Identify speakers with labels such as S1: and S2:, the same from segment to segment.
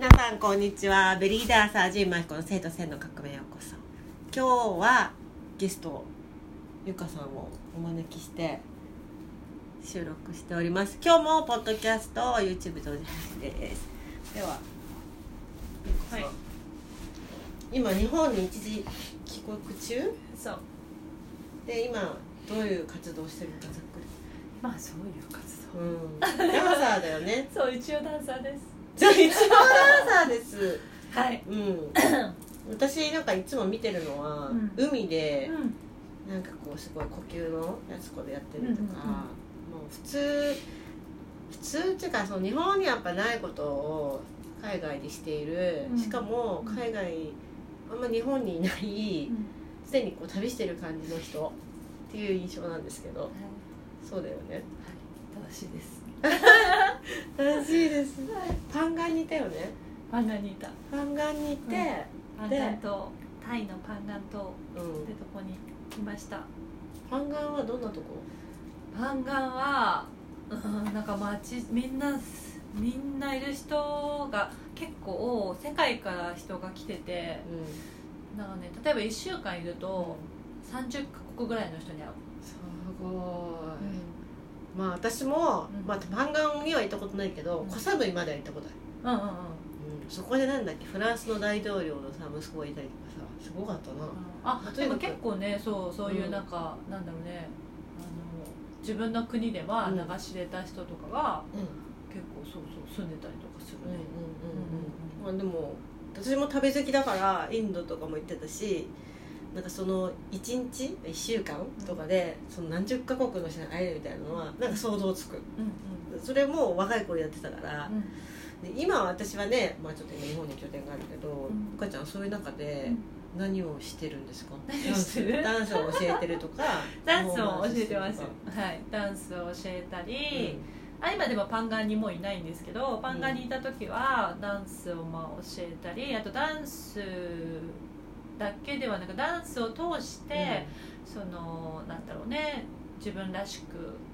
S1: 皆さんこんにちは。ベリーダンサー陣真彦の生と線の革命へようこそ。今日はゲストゆかさんをお招きして収録しております。今日もポッドキャスト YouTube 同時配信です。ではゆかさん、はい、今日本に一時帰国中？
S2: そう
S1: で、今どういう活動してるかざっくり。
S2: まあそういう活動、
S1: ダンサーだよね。
S2: そう、一応ダンサーです。
S1: じゃあ一応ダンサーです。
S2: はい。
S1: 私なんかいつも見てるのは、海で、なんかこうすごい呼吸のやつこでやってるとか、もう普通っていうか、その日本にやっぱないことを海外でしている、しかも海外、あんま日本にいないすでにこう旅してる感じの人っていう印象なんですけど、そうだよね。
S2: 正しいです。
S1: 正しいです。パンガンにいたよね。
S2: パンガンにいた。
S1: パンガンにいて、
S2: パンガン島、タイのパンガン島ってとこにいました。
S1: パンガンはどんなとこ？
S2: パンガンは、なんかみんないる人が結構世界から人が来てて、なんかね、例えば1週間いると30カ国ぐらいの人に会う。
S1: すごい。まあ私も、パンガンには行ったことないけど、コサブイまでは行ったことある。そこでなんだっけ、フランスの大統領のさ息子がいたりとかさ、すごかったな。
S2: でも結構ね、そういうなんか、なんだろうね、自分の国では流し入れた人とかが、結構そう住んでたりとかするね。
S1: まあでも私も旅好きだからインドとかも行ってたし、なんかその1日1週間とかでその何十カ国の人に会えるみたいなのはなんか想像つく。それも若い頃やってたから、で今私はね、ちょっと今日本に拠点があるけど、お母ちゃんそういう中で何をしてるんですか？ダンスを教えてるとか。
S2: ダンスを教えてます。はい、ダンスを教えたり、今でもパンガンにもういないんですけど、パンガンにいた時はダンスを教えたり、あとダンスだけではなくダンスを通して、そのなんだろうね、自分らしく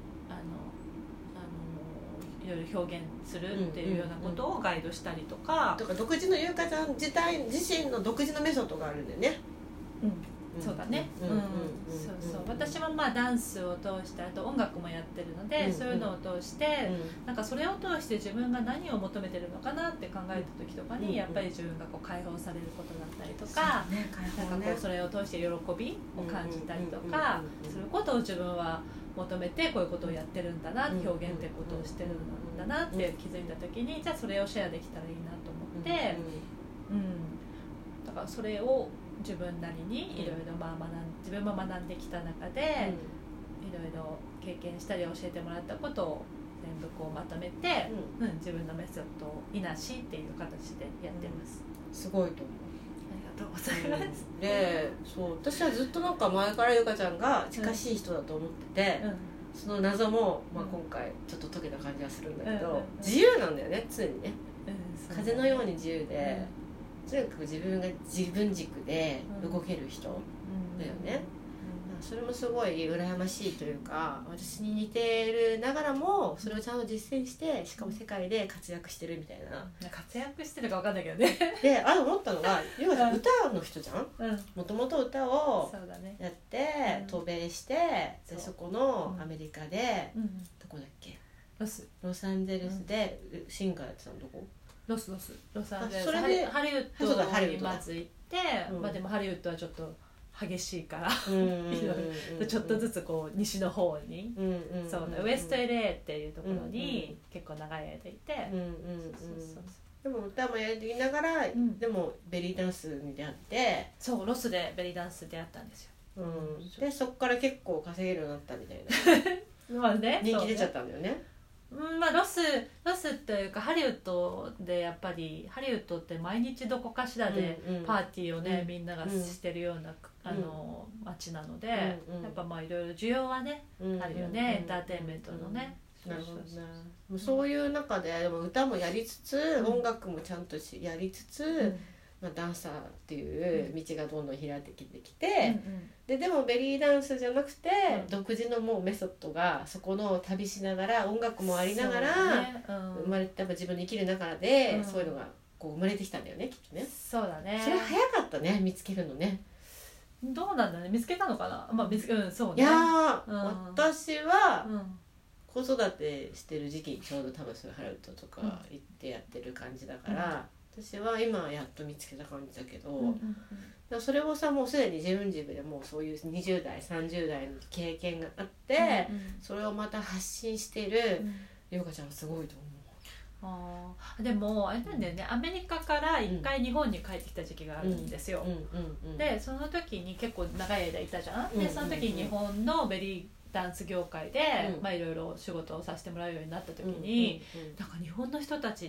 S2: いろいろ表現するっていうようなことをガイドしたりとか、
S1: 独自のゆうかちゃん自身の独自のメソッドがあるんだよね。
S2: そうだね。私もダンスを通して、あと音楽もやってるので、そういうのを通して、なんかそれを通して自分が何を求めてるのかなって考えた時とかに、やっぱり自分がこう解放されることだったりとか、なんかこうそれを通して喜びを感じたりとかすることを自分は求めて、こういうことをやってるんだな、表現ってことをしてるんだなって気づいた時に、じゃあそれをシェアできたらいいなと思って、だからそれを自分なりにいろいろ自分も学んできた中で、いろいろ経験したり教えてもらったことを全部こうまとめて、自分のメソッドをいなしっていう形でやってます。
S1: すごいと思う。
S2: ありがとうございます。
S1: で、そう私はずっとなんか前からゆかちゃんが近しい人だと思ってて、その謎も、今回ちょっと解けた感じがするんだけど、自由なんだよね、常にね。風のように自由で、とにかく自分が自分軸で動ける人だよね。それもすごい羨ましいというか、私に似てるながらもそれをちゃんと実践して、しかも世界で活躍してるみたいな。
S2: 活躍してるか分かんないけどね。
S1: で、思ったのが、要は歌の人じゃん。もともと歌をやって渡米して、でそこのアメリカで、どこだっけ、ロサンゼルスでシンガーやってたの。どこ？ロサンゼルス。ハリウッドにまず行って、でもハリウッドはちょっと激しいからちょっとずつこう西の方に、ウエスト LA っていうところに結構長い間いて、でも歌もやりながら、でもベリーダンスに出会って、
S2: そうロスでベリーダンス出会ったんですよ。
S1: でそこから結構稼げるようになったみたいな人気出ちゃったんだよね。
S2: ロスっていうか、ハリウッドでやっぱりハリウッドって毎日どこかしらでパーティーをね、みんながしてるような街なので、やっぱいろいろ需要はね、あるよね、エンターテインメントのね。
S1: そういう中ででも歌もやりつつ、音楽もちゃんとやりつつ、ダンサーっていう道がどんどん開いてきて、でもベリーダンスじゃなくて、独自のもうメソッドがそこの旅しながら音楽もありながら、生まれてやっぱ自分の生きる中で、そういうのがこう生まれてきたんだよねきっとね。
S2: そうだね。
S1: それ早かったね見つけるのね。
S2: どうなんだね、見つけたのかな。まあそうね。
S1: いや、私は、子育てしてる時期にちょうど多分そういうハラウッドとか行ってやってる感じだから、私は今やっと見つけた感じだけど、それをさもうすでに自分でもうそういう20代30代の経験があって、それをまた発信している優香ちゃんはすごいと思
S2: う。でもあれなんだよね、アメリカから一回日本に帰ってきた時期があるんですよ。でその時に結構長い間いたじゃん。でその時に日本のベリーダンス業界でいろいろ仕事をさせてもらうようになった時に、なんか日本の人たちって、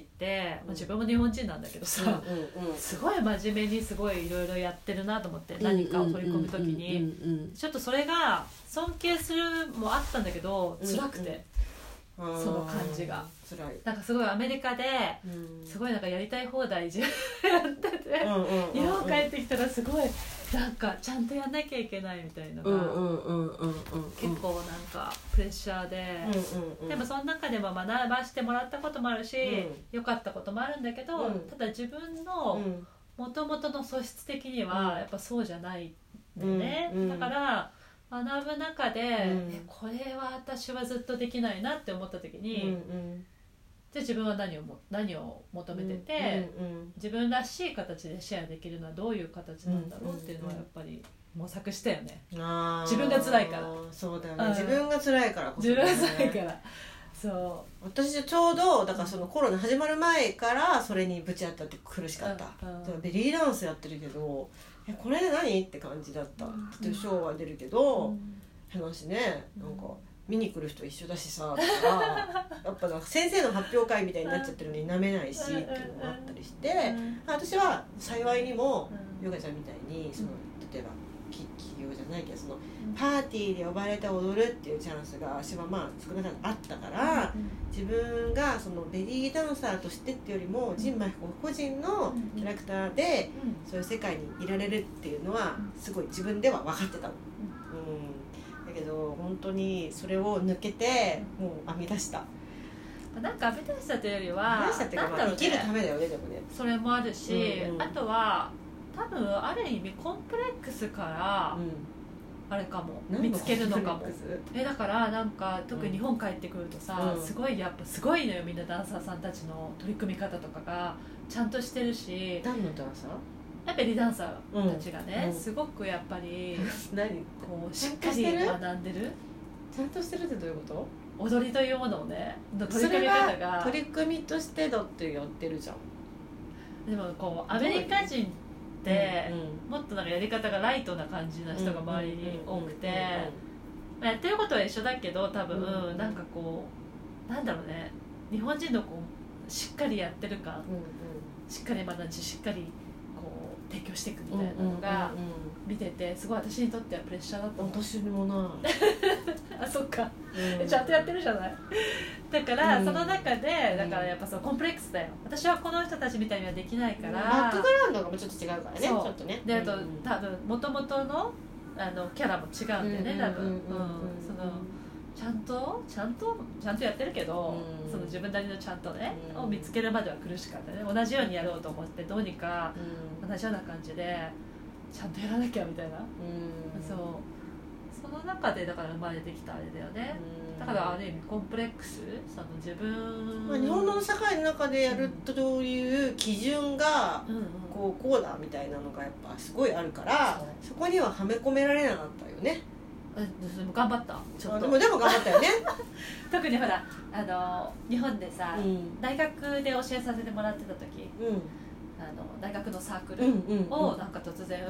S2: 自分も日本人なんだけどさ、すごい真面目にすごいいろいろやってるなと思って、何かを取り込む時にちょっとそれが尊敬するもあったんだけど辛くて、その感じが辛い。なんかすごいアメリカですごいなんかやりたい放題やってて、日本帰ってきたらすごいなんかちゃんとやんなきゃいけないみたいなのが結構なんかプレッシャーで、でもその中でも学ばせてもらったこともあるし、良かったこともあるんだけど、ただ自分のもともとの素質的にはやっぱそうじゃないんだよね。だから学ぶ中で、これは私はずっとできないなって思った時に、じゃあ自分は何を求めてて、自分らしい形でシェアできるのはどういう形なんだろうっていうのはやっぱり模索したよね。自分が辛いから。
S1: そうだよね、自分が辛いからこそ、
S2: 自分が辛いから。そう、
S1: 私ちょうどだからそのコロナ始まる前からそれにぶち当たって苦しかった。ベリーダンスやってるけどこれで何って感じだった。ショーは出るけど、話ね、なんか見に来る人一緒だしさとかやっぱなんか先生の発表会みたいになっちゃってるのに舐めないしっていうのもあったりして、私は幸いにもヨガちゃんみたいにその例えば企業じゃないけどそのパーティーで呼ばれて踊るっていうチャンスが私はまあ少なからずあったから、自分がそのベリーダンサーとしてっていうよりも陳真彦個人のキャラクターでそういう世界にいられるっていうのはすごい自分では分かってたの。だけど本当にそれを抜けてもう編み出した。
S2: なんか編み出したというよりは
S1: 生きるためだよね。でもね
S2: それもあるし、あとは多分ある意味コンプレックスからあれかも、見つけるのかも。だからなんか特に日本帰ってくるとさ、すごいやっぱすごいのよ、みんなダンサーさんたちの取り組み方とかがちゃんとしてるし。
S1: 何のダンサー？
S2: ベリーダンサーたちがね、すごくやっぱりこうしっかり学んでる。
S1: ちゃんとしてるってどういうこと？
S2: 踊りというものをね、取り組み方が
S1: 取り組みとしてだってやってるじゃん。
S2: でもこうアメリカ人ってもっとなんかやり方がライトな感じな人が周りに多くて、やってることは一緒だけど多分なんかこうなんだろうね、日本人のこうしっかりやってる感、しっかり学んでしっかり提供していくみたいなのが見てて、すごい私にとってはプレッシャーだった。
S1: 私にもな
S2: あ、そっか、ちゃんとやってるじゃない。だからその中でだからやっぱそのコンプレックスだよ。私はこの人たちみたいにはできないから、
S1: バックグラウンドがもうちょっと違うからね。ちょっとね。
S2: であと多分元々のキャラも違うんだよね多分。そのちゃんとやってるけど、その自分なりのちゃんとねを見つけるまでは苦しかったね。同じようにやろうと思ってどうにか同じような感じでちゃんとやらなきゃみたいな。そう、その中でだから生まれてきたあれだよね。だからある意味コンプレックス、その自分、
S1: 日本の社会の中でやるという基準がこうだみたいなのがやっぱすごいあるから、そこにははめ込められなかったよね。
S2: 頑張ったちょっと。
S1: でも頑張ったよね。
S2: 特にほら日本でさ、大学で教えさせてもらってた時、大学のサークルをなんか突然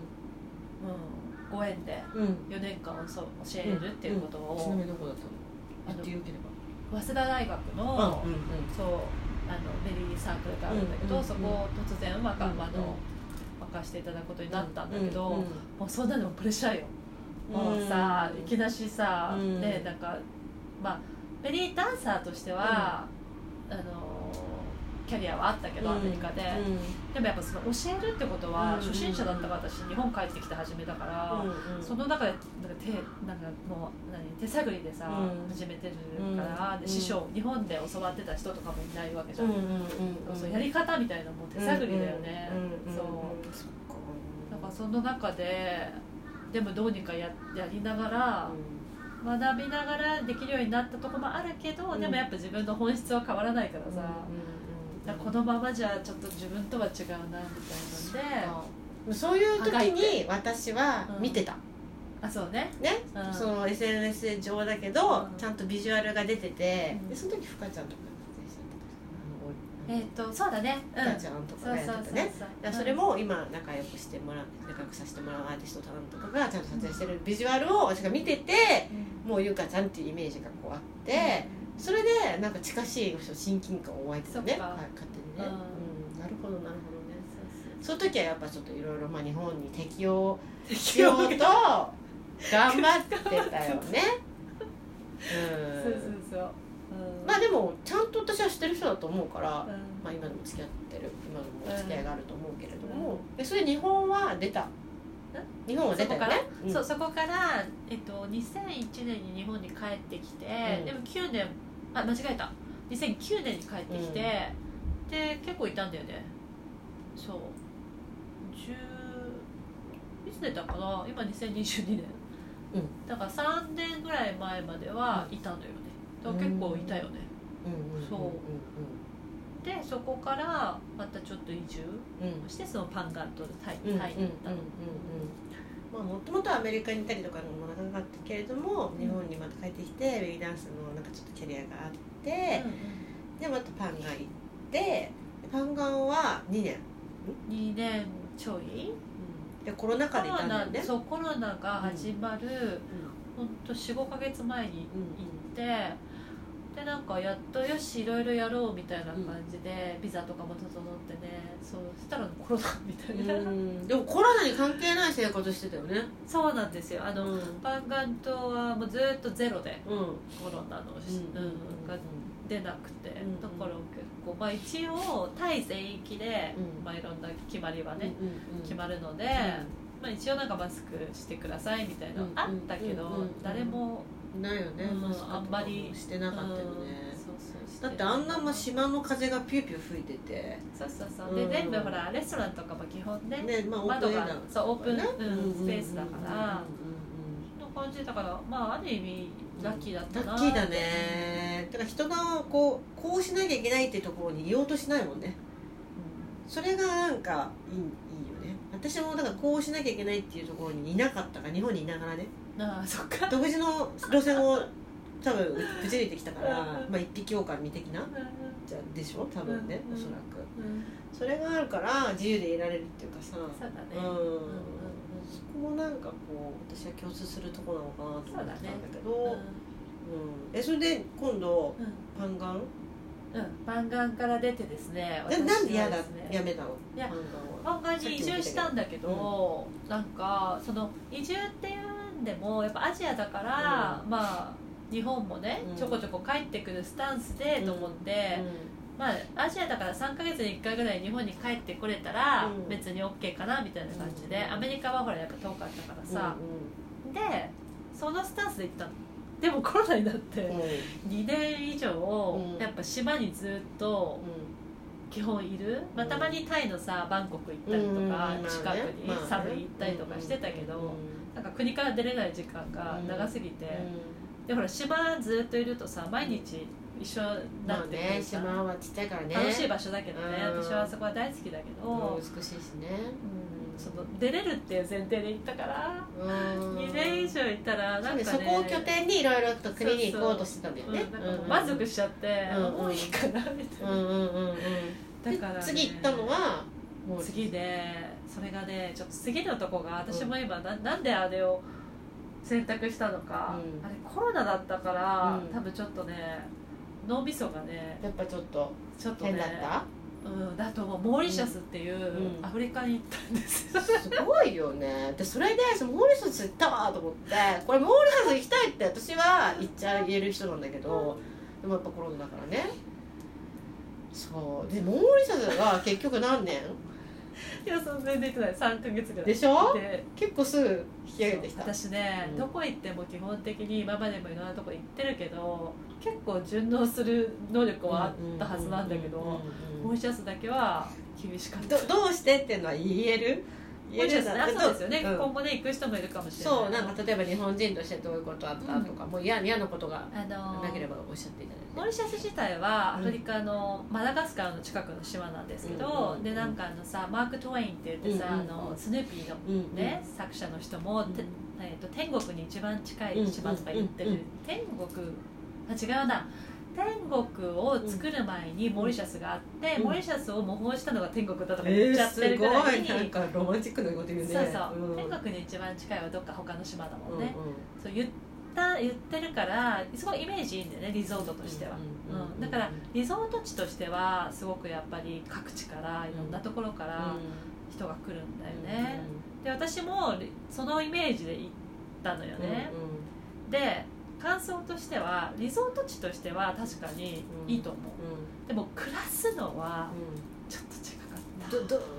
S2: ご縁で4年間教えるっていうことを、
S1: ちなみにどこだったの？言ってよければ。
S2: 早稲田大学のベリーサークルがあるんだけど、そこを突然任せていただくことになったんだけど、もうそんなのもプレッシャーよ。もうさ、いきなしさ、ね、なんかまあベリーダンサーとしては、 キャリアはあったけど、アメリカで、でもやっぱその教えるってことは初心者だったから私日本帰ってきて初めだから、その中でなんかもう手探りでさ、始めてるから、で師匠日本で教わってた人とかもいないわけじゃん、そうやり方みたいなもう手探りだよね、そうだからその中ででもどうにか やりながら、学びながらできるようになったところもあるけど、でもやっぱ自分の本質は変わらないからさ、だからこのままじゃちょっと自分とは違うなみたいなんで、
S1: そういう時に私は見てた、
S2: あ、そうね、
S1: その SNS 上だけど、ちゃんとビジュアルが出てて、でその時ふかちゃんとか
S2: そうだね、
S1: ふかちゃんとかがやってたね。それも今仲良くさせてもらうアーティストさんとかがちゃんと撮影してるビジュアルを私が見てて、もうゆかちゃんっていうイメージがこうあって、それでなんか近しい親近感を湧いてたね、勝手にね。なるほどなるほどね。その時はやっぱちょっといろいろ日本に適応しようと頑張ってたよね。そうまあでもちゃんと私は知ってる人だと思うから、まあ今でも付き合ってる、今でも付き合いがあると思うけれども、それ日本は出た。日本は出たよね。
S2: そこから、2001年に日本に帰ってきて、でも9年間違えた、2009年に帰ってきて、で結構いたんだよね。そういつ出たかな、今2022年、だから3年ぐらい前まではいたのよね。だから結構いたよね。そうでそこからまたちょっと移住して、そのパンガンとタイに行ったの。
S1: もともとアメリカにいたりとかもなかったけれども、日本にまた帰ってきてベリーダンスのなんかちょっとキャリアがあって、でまたパンガン行って、パンガンは2
S2: 年ちょい、
S1: でコロナ禍でいたんだよね。
S2: そうコロナが始まる、ほんと 4,5 ヶ月前に行って、でなんかやっとよしいろいろやろうみたいな感じで、ビザとかも整ってね、そうしたらコロナみたいな、
S1: でもコロナに関係ない生活してたよね。
S2: そうなんですよ。パンガン島はもうずっとゼロで、コロナの、が出なくて、だから結構、まあ、一応タイ全域で、まあ、いろんな決まりはね、決まるので、まあ、一応なんかマスクしてくださいみたいなのあったけど、誰も
S1: ないよね、
S2: あんまり
S1: してなかったよね。だってあんな島の風がピューピュー吹いてて、
S2: そうで全部ほらレストランとかも基本ね、窓がオープンスペースだから、そんな感じだから、まあある意味ラッキーだったな。
S1: ラッキーだね。だから人がこうしなきゃいけないっていうところにいようとしないもんね。それがなんかいいよね。私もだからこうしなきゃいけないっていうところにいなかったから、日本にいながらね、
S2: そっか、
S1: 独自の路線を多分ぶち抜いてきたから、まあ一匹狼的なでしょ多分ね、おそらく、それがあるから自由でいられるっていうかさ、
S2: そうだね、
S1: そこもなんかこう私は共通するところなのかなと思ってたんだけど、それで今度パンガン、
S2: パンガンから出てですね、
S1: なんでやめたの？
S2: パンガンに移住したんだけど、なんかその移住っていうんでもやっぱアジアだから、まあ日本もねちょこちょこ帰ってくるスタンスでと思って、まあアジアだから3ヶ月に1回ぐらい日本に帰ってこれたら別に OK かなみたいな感じで、アメリカはほらやっぱ遠かったからさ、でそのスタンスで行ったの。でもコロナになって2年以上やっぱ島にずっと基本いる、まあ、たまにタイのさバンコク行ったりとか、近くにサムイ行ったりとかしてたけど、なんか国から出れない時間が長すぎて、でほら島ずっといるとさ毎日一緒になってくるさ、
S1: 島はちっちゃいからね
S2: 楽しい場所だけどね、私はそこは大好きだけど、
S1: 美しいしね、
S2: その出れるっていう前提で行ったから2年以上行ったらなんかね、
S1: そこを拠点にいろいろと国に行こうとしてたんだよね。
S2: 満足しちゃってもういいかなみたいな。だから
S1: 次行ったのは
S2: 次で、それがねちょっと次のとこが私も今なんであれを選択したのか、あれコロナだったから、多分ちょっとね脳みそがね
S1: やっぱちょっと変だった。
S2: だとモーリシャスっていうアフリカに行ったんですよ。
S1: すごいよね。でそれでモーリシャス行ったわと思って、これモーリシャス行きたいって私は言っちゃ言える人なんだけど、でもやっぱコロナだからね。 そうでモーリシャスは結局何年
S2: いや、そんなに出てない、3ヶ月ぐらい
S1: でしょ。で結構すぐ引き上げてきた。
S2: 私ね、どこ行っても基本的に今までもいろんなとこ行ってるけど結構順応する能力はあったはずなんだけど、モーリシャスだけは厳しかった。
S1: どうしてっていうのは言える？
S2: そうですよね、今後ね行く人もいるかもしれない。
S1: そう、なんか例えば日本人としてどういうことあったとか、もう嫌なことがなければおっしゃっていただいて。
S2: モーリシャス自体はアフリカのマダガスカルの近くの島なんですけど、でなんかさマーク・トワインって言ってさ、スヌーピーのね、作者の人も、天国に一番近い島とか言ってる、天国違うな、天国を作る前にモーリシャスがあって、モーリシャスを模倣したのが天国だとか言っちゃってるぐらいに、
S1: すごいなんかロマンチックなこと言うね。
S2: そうそう、天国に一番近いはどっか他の島だもんね。そう言ってるからすごいイメージいいんだよね、リゾートとしては。だからリゾート地としてはすごくやっぱり各地からいろんなところから人が来るんだよね。で私もそのイメージで行ったのよね。で感想としてはリゾート地としては確かにいいと思う、でも暮らすのはちょっと違かった。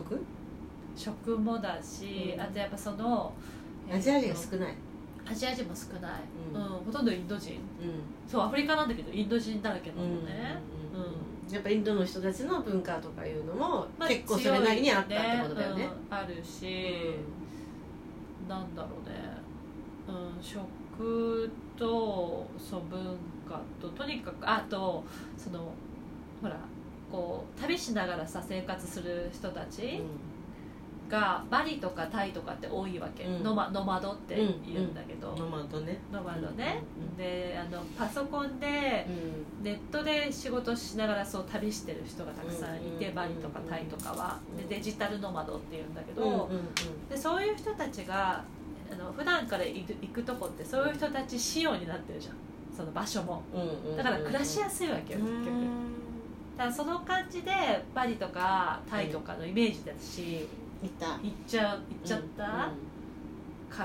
S2: 食もだし、あとやっぱその
S1: アジア人が少ない。
S2: アジア人も少ない、ほとんどインド人、そうアフリカなんだけどインド人だらけなのね。
S1: やっぱインドの人たちの文化とかいうのも結構それなりにあったってことだよね。
S2: あるし、なんだろうね、食とそう文化ととにかくあとそのほらこう旅しながらさ生活する人たちがバリとかタイとかって多いわけ、ノマドって言うんだけど、ノマドね、でパソコンで、ネットで仕事しながらそう旅してる人がたくさんいて、バリとかタイとかはでデジタルノマドっていうんだけど、でそういう人たちが普段から行くとこってそういう人たち仕様になってるじゃん、その場所も、だから暮らしやすいわけよ結局。だからその感じでバリとかタイとかのイメージだし、行っちゃったから、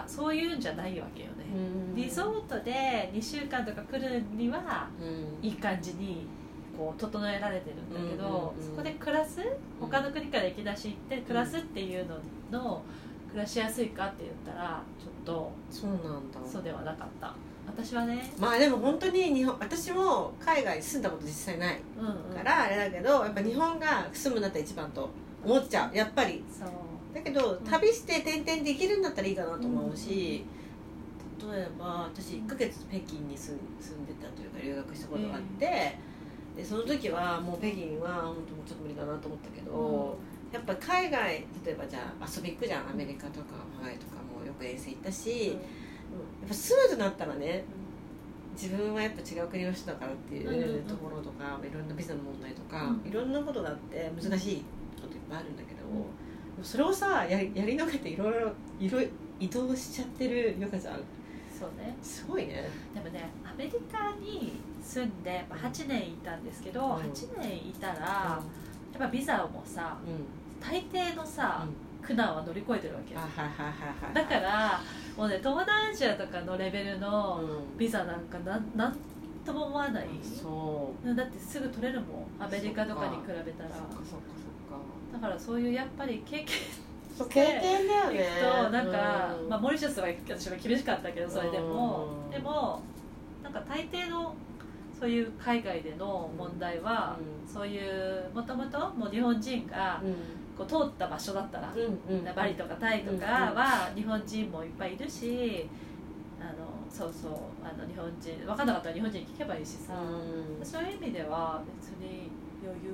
S2: そういうんじゃないわけよね。リゾートで2週間とか来るにはいい感じにこう整えられてるんだけど、そこで暮らす、他の国から行き出し行って暮らすっていうのの暮らしやすいかって言ったらちょっと
S1: そうなんだ、
S2: そうではなかった私はね。
S1: まあでも本当に私も海外に住んだこと実際ないからあれだけど、やっぱ日本が住むんだったら一番と思っちゃうやっぱり。そうだけど旅して転々できるんだったらいいかなと思うし、例えば私1ヶ月北京に住んでたというか留学したことがあって、でその時はもう北京は本当もうちょっと無理だなと思ったけど、やっぱ海外例えばじゃあ遊び行くじゃん、アメリカとかハワイとかもよく遠征行ったし、やっぱ住むとなったらね、自分はやっぱ違う国の人だからっていうところとか、いろんなビザの問題とか、いろんなことがあって難しいこといっぱいあるんだけど、それをさやり遂げていろいろ移動しちゃってるヨカちゃん、
S2: そうね、
S1: すごいね。
S2: でもね、アメリカに住んで8年いたんですけど、8年いたらやっぱビザもさ、大抵のさ、苦難は乗り越えてるわけよ。だからもうね、東南アジアとかのレベルのビザなんかなんとも思わない。そうだってすぐ取れるもん、アメリカとかに比べたら。だからそういうやっぱり経験
S1: だよね。
S2: となんか、まあ、モリシャスは私は厳しかったけど、それでもなんか大抵のそういう海外での問題は、そういうもともともう日本人がこう通った場所だったら、バリとかタイとかは日本人もいっぱいいるし、そうそう、日本人分かんなかったら日本人に聞けばいいしさ、そういう意味では別に余裕。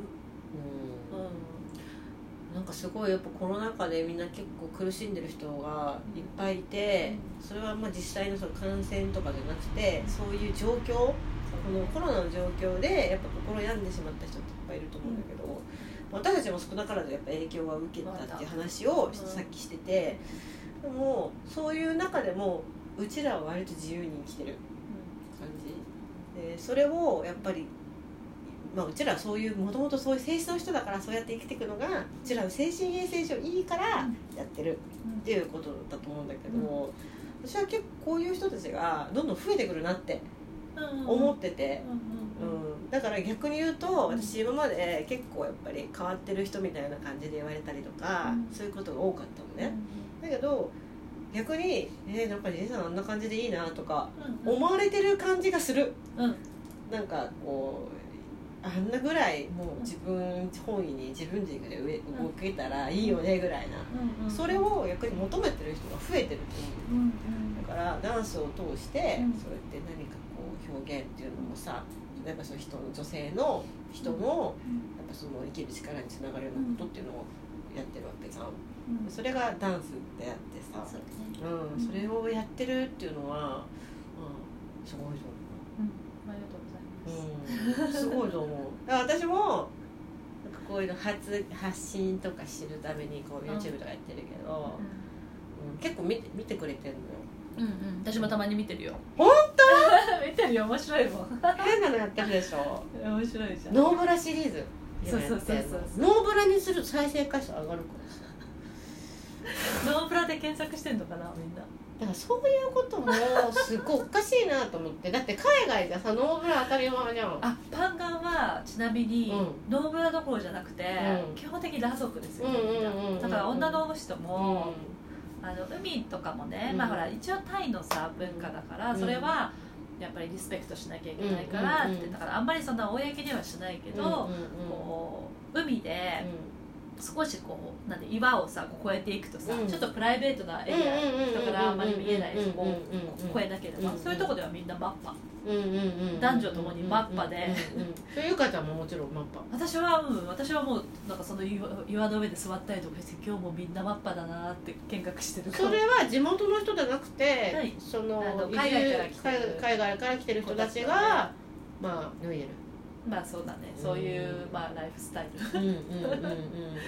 S1: なんかすごいやっぱコロナ禍でみんな結構苦しんでる人がいっぱいいて、それはまあ実際のその感染とかじゃなくて、そういう状況、このコロナの状況でやっぱ心病んでしまった人っていっぱいいると思うんだけど、私たちも少なからずやっぱ影響は受けたっていう話をさっきしてて、でもそういう中でもうちらは割と自由に生きてる感じで、それをやっぱりまあ、うちらはそういうもともとそういう性質の人だからそうやって生きていくのがうちらの精神衛生上いいからやってるっていうことだと思うんだけど、私は結構こういう人たちがどんどん増えてくるなって思ってて、 だから逆に言うと私今まで結構やっぱり変わってる人みたいな感じで言われたりとか、そういうことが多かったのね、だけど逆になんかジェイさんあんな感じでいいなとか思われてる感じがする、なんかこうあんなぐらいもう自分本位に自分軸で動けたらいいよねぐらいな、それを逆に求めてる人が増えてると思う、だからダンスを通してそうやって何かこう表現っていうのもさ、例えばその人の女性の人のやっぱその生きる力につながるようなことっていうのをやってるわけじゃん、それがダンスってやってさ、それをやってるっていうのは、すごいと思う、
S2: ありがとうございます、
S1: すごいと思う。だから私もなんかこういうの発信とか知るためにこう YouTube とかやってるけど、結構見てくれてるのよ。
S2: 私もたまに見てるよ。
S1: 本当？
S2: 見てるよ、面白いもん。
S1: 変なのやってるでしょ。
S2: 面白いじゃん。
S1: ノーブラシリーズ。
S2: そう
S1: ノーブラにすると再生回数上がるから
S2: ノーブラで検索してんのかな、みんな。
S1: だからそういうこともすごいおかしいなと思って。だって海外じゃさノーブラ当たり前じゃん。
S2: パンガンはちなみに、ノーブラどころじゃなくて、基本的に裸族ですよ、だから女の人も、海とかもね、ほら一応タイのさ文化だから、それはやっぱりリスペクトしなきゃいけないからって、だからあんまりそんな公にはしないけど、こう海で少しこうなんで岩をさこう越えていくとさ、ちょっとプライベートなエリアだからあんまり見えないそこを越えなければ、そういうとこではみんなマッパ、男女ともにマッパで、
S1: そういう方ももちろんマッパ。
S2: 私はもうなんかその岩の上で座ったりとかして今日もみんなマッパだなって見学してる。
S1: それは地元の人じゃなくて、その海外から来てる人たちがまあ脱いでる。
S2: まあそうだね、そういうまあライフスタイル。なるほどね。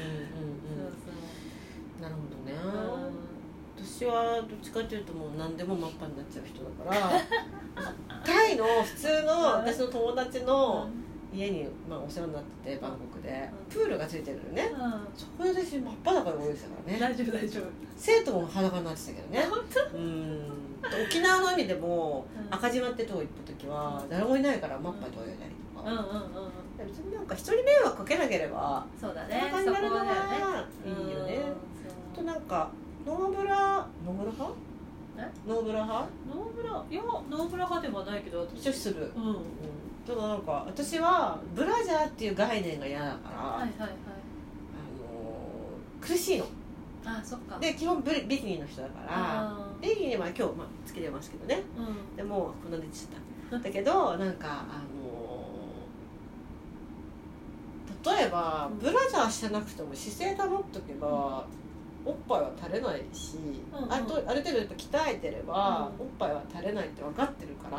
S1: 私はどっちかというともう何でもマッパになっちゃう人だからタイの普通の私の友達の家にお世話になっててバンコクでプールがついてるのね、そこで私真っ裸で泳いでたからね。
S2: 大丈夫大丈夫。
S1: 生徒も裸になってたけどね。
S2: 本当？
S1: 沖縄の海でも赤島ってとこ行った時は誰もいないからマッパで泳いだりとか、別になんか人に迷惑かけなければ
S2: そうだね、
S1: そんな感じになるのがいいよね。となんかノーブラ派？ノーブラ派？
S2: いやノーブラ派ではないけど
S1: 一緒する。ただなんか私はブラジャーっていう概念が嫌だから、苦しいの。
S2: そっか。
S1: で基本ビキニの人だからビキニは今日つけてますけどね。でもこんな出ちゃった。だけどなんか例えばブラジャーしてなくても姿勢保っとけばおっぱいは垂れないし、ある程度やっぱ鍛えてればおっぱいは垂れないって分かってるから、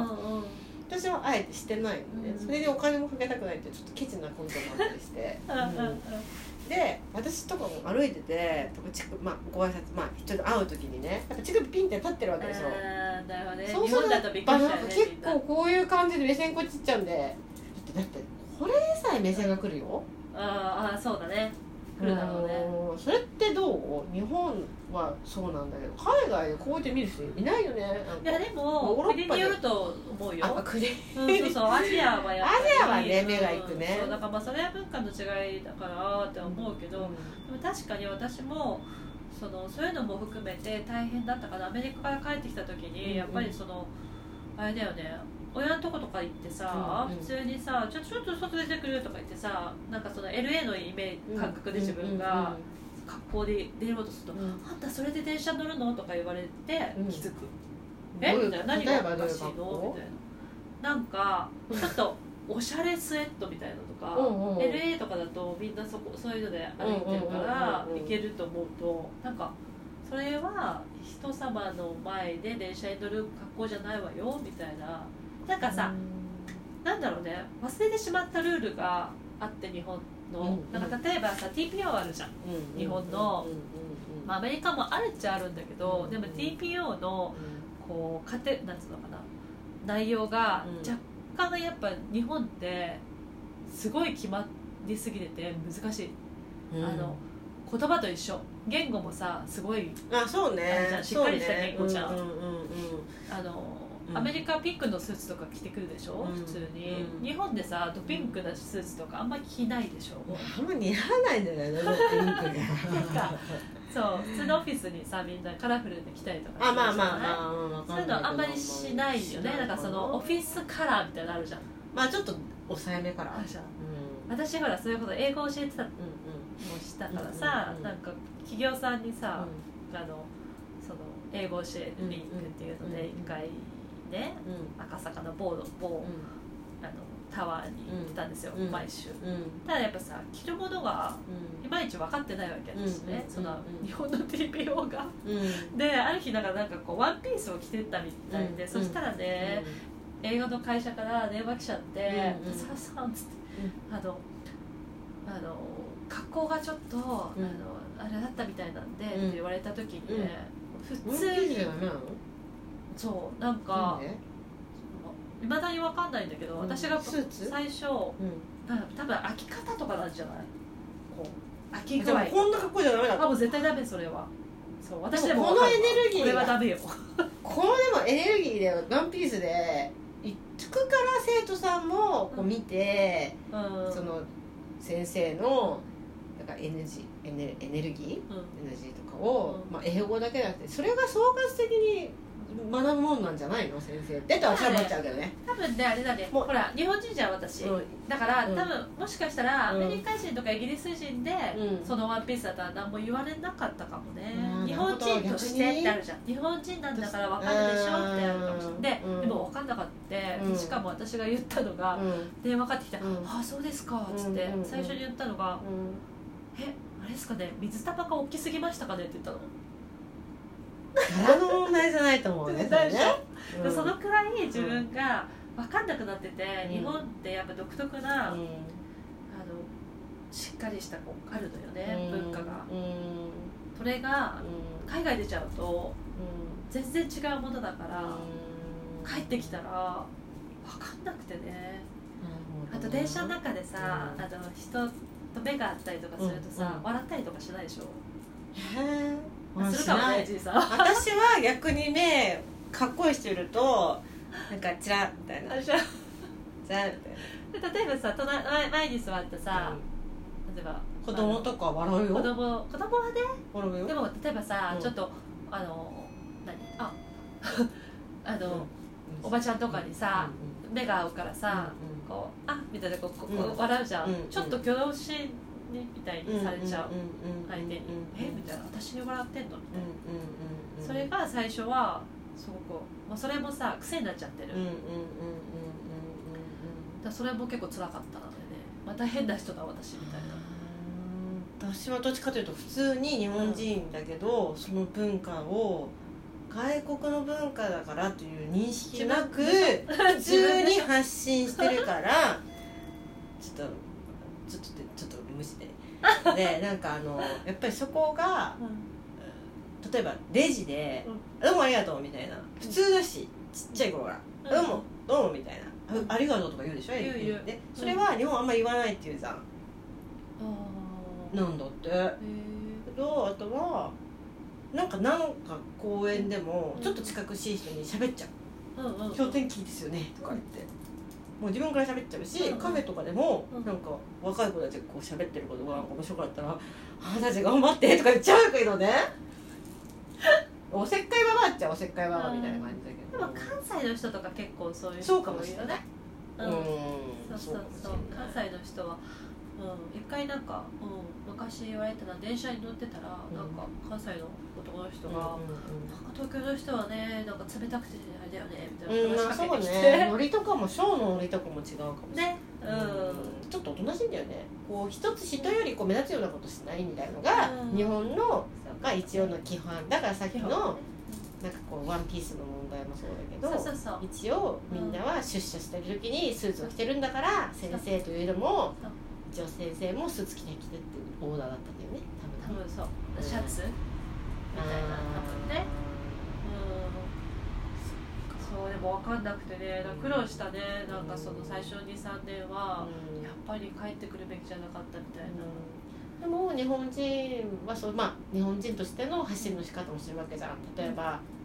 S1: 私はあえてしてないので、それでお金もかけたくないってちょっとケチな根性もあったりしてで私とかも歩いててご挨拶人と会う時にねやっぱ乳首ピンって立ってるわけですよ。そうすると結構こういう感じで目線こっちいっちゃうんで、だってこれでさえ目線が来るよ。
S2: そうだね、来るだろうね。
S1: それってどう？日本はそうなんだけど海外でこうやって見る人いないよね。
S2: いやでも国によると思うよ。
S1: 国
S2: そうアジアはやっぱり
S1: アジアはね目がいくね。
S2: だからそれは文化の違いだからって思うけど、でも確かに私もそういうのも含めて大変だったから、アメリカから帰ってきた時にやっぱりあれだよね、親のとことか行ってさ、普通にさちょっと外出てくるとか言ってさ、なんかLA の感覚で自分が格好で出ようとすると、あんたそれで電車乗るのとか言われて気づく。みたいな、何がおかしいのみたいな、なんかちょっとおしゃれスウェットみたいなのとかLA とかだとみんなそういうので歩いてるから行けると思うと、なんかそれは人様の前で電車に乗る格好じゃないわよみたいな、なんかさ、なんだろうね、忘れてしまったルールがあって、日本のなんか例えばさ TPO あるじゃん、日本の、アメリカもあるっちゃあるんだけど、でも TPO のこうなんつうのかな、内容が若干やっぱ日本ってすごい決まりすぎてて難しい、言葉と一緒、言語もさすごい
S1: そうね、
S2: しっかりした言語じゃん、 アメリカはピンクのスーツとか着てくるでしょ、普通に、日本でさドピンクなスーツとかあんまり着ないでしょ。
S1: あんま似合わないんだよね、ドピンクが
S2: そう普通のオフィスにさみんなカラフルで着たりとか
S1: まあ
S2: そういうのあんまりしないよね。なんかそのオフィスカラーみたいなのあるじゃん。
S1: まあちょっと抑えめからあるじゃん。
S2: 私ほらそういうこと英語教えてたもしたからさ、なんか企業さんにさ、その英語教えるリンクっていうので一回ね、赤坂の某タワーに行ってたんですよ、毎週。ただやっぱさ着るものがいまいち分かってないわけですね、その日本の TPO が。である日なんかこうワンピースを着てったみたいで、そしたらね映画の会社から電話来ちゃって「ささん」っつって格好がちょっとあれだったみたいなんでって言われた時にね、普通にそうなんかいまだに分かんないんだけど、私が最初多分飽き方とかなんじゃない、こう飽き具合。
S1: こんな格好じゃダメだ。
S2: もう絶対ダメそれは。そう私でも
S1: このエネルギー
S2: これはダメよ。
S1: このでもエネルギーでワンピースで行くから生徒さんもこう見て、その先生のなんかエネルギーとかを、英語だけじゃなくてそれが総括的に学ぶもんなんじゃないの先生ってと私は思っちゃうけどね。
S2: 多分ねあれだね、ほら日本人じゃん私、だから多分もしかしたらアメリカ人とかイギリス人でそのワンピースだったら何も言われなかったかもね。日本人としてってあるじゃん。日本人なんだから分かるでしょってあるかもしれない。でも分かんなかった。しかも私が言ったのが電話かかってきた。ああそうですかっつって最初に言ったのがあれですかね、水玉が大きすぎましたかねって言ったの。
S1: 柄の問題じゃないと思うね。
S2: そのくらい自分が分かんなくなってて、日本ってやっぱ独特な、しっかりしたあるのよね、文化が。それが海外出ちゃうと全然違うものだから、帰ってきたら分かんなくてね。あと電車の中でさ、人と目があったりとかするとさ、笑ったりとかしないでしょ。するかもね、じいさん。
S1: 私は逆に目かっこいい人いるとなんかチラみたいなチラみたい
S2: な。例えばさ前に座ってさ、例えば
S1: 子供とか笑うよ。
S2: 子供はね
S1: 笑うよ。
S2: でも例えばさ、ちょっとおばちゃんとかにさ、目が合うからさ、こうみたいなこう笑うじゃん。ちょっと挙動不審みたいにされちゃう相手にみたいな、私に笑ってんのみたいな。それが最初はすごく、それもさ癖になっちゃってる。それも結構辛かったのでね、また変な人だ私みたいな。
S1: 私はどっちかというと普通に日本人だけど、その文化を外国の文化だからという認識なく普通に発信してるからちょっと無視ででなんかやっぱりそこが、例えばレジで、どうもありがとうみたいな、普通だしちっちゃい頃からどうもみたいな、ありがとうとか言うでしょ。でそれは日本あんまり言わないっていうじゃん。なんだって。あとはなんか公園でもちょっと近くしい人に喋っちゃう。今日天気いいですよねとか言って、もう自分から喋っちゃうし、カフェとかでもなんか若い子たちがこう喋ってることがなんか面白かったら「あなたたち頑張って」とか言っちゃうけどね。おせっかいばばっちゃおせっかいばばみたいな感じだけど、
S2: でも関西の人とか結構そういう
S1: 人かもしれない。
S2: そう関西の人は一回なんか、昔言われたのは電車に乗ってたら、なんか関西の男の人が、なんか東京の人はねなんか冷たくてあれだよねみたいな話しかけてきて、
S1: ノリとかもショーのノリとかも違うかもしれないね。ちょっとおとなしいんだよね。こう人よりこう目立つようなことしないみたいなのが日本のが一応の基本だから、さっきのなんかこうワンピースの問題もそうだけど、一応みんなは出社してる時にスーツを着てるんだから、先生というのも一応先生もスーツ着てっていうオーダーだったんだよね、
S2: 多分そうシャツみたいな、多分ね。そうでも分かんなくてね、苦労したね。なんかその最初 2,3 年はやっぱり帰ってくるべきじゃなかったみたいな。
S1: でも日本人はそう、日本人としての発信の仕方もしてるわけじゃん。例えば